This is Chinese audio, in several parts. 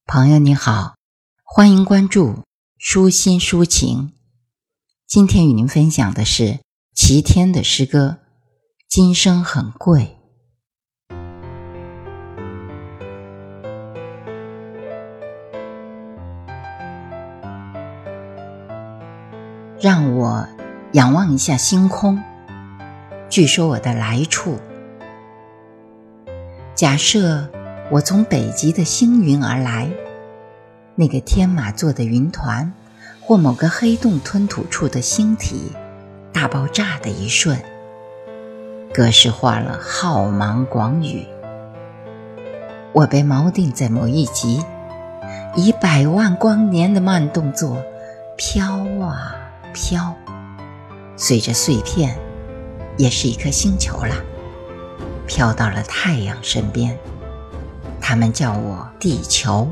朋友你好，欢迎关注舒心抒情。今天与您分享的是齐天的诗歌《今生很贵》。让我仰望一下星空，据说我的来处。假设我从北极的星云而来，那个天马座的云团，或某个黑洞吞吐处的星体大爆炸的一瞬，格式化了浩茫广宇。我被锚定在某一极，以100万光年的慢动作飘啊飘，随着碎片，也是一颗星球了，飘到了太阳身边。他们叫我地球。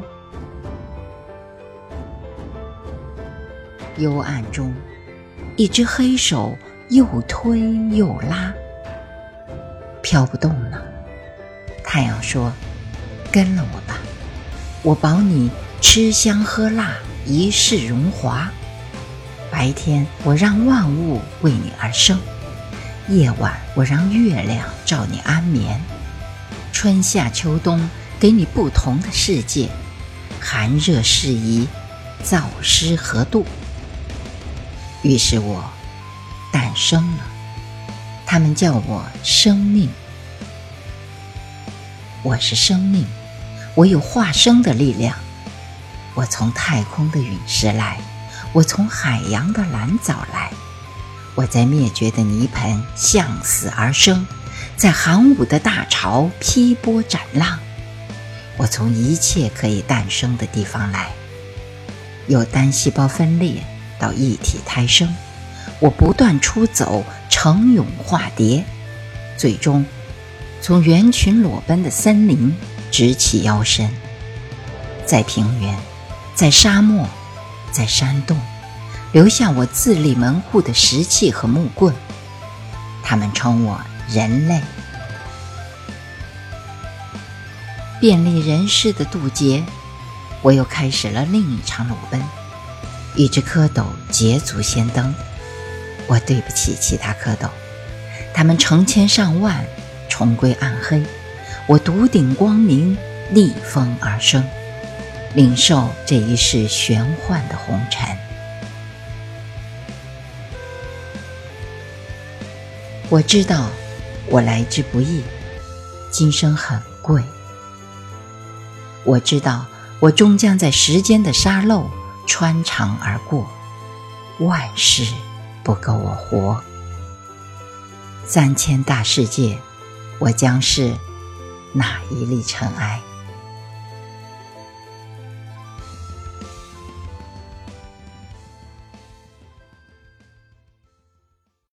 幽暗中，一只黑手又推又拉，飘不动了。太阳说：跟了我吧，我保你吃香喝辣，一世荣华。白天我让万物为你而生，夜晚我让月亮照你安眠。春夏秋冬给你不同的世界，寒热适宜，燥湿和度。于是我诞生了，他们叫我生命。我是生命，我有化生的力量。我从太空的陨石来，我从海洋的蓝藻来。我在灭绝的泥盆向死而生，在寒武的大潮劈波斩浪。我从一切可以诞生的地方来，由单细胞分裂到一体胎生，我不断出走，成蛹化蝶，最终从猿群裸奔的森林直起腰身，在平原，在沙漠，在山洞，留下我自立门户的石器和木棍。他们称我人类。便利人世的渡劫，我又开始了另一场裸奔。一只蝌蚪捷足先登，我对不起其他蝌蚪，它们成千上万重归暗黑。我独顶光明，逆风而生，领受这一世玄幻的红尘。我知道我来之不易，今生很贵。我知道我终将在时间的沙漏穿肠而过，万事不够我活。3000大世界，我将是哪一粒尘埃？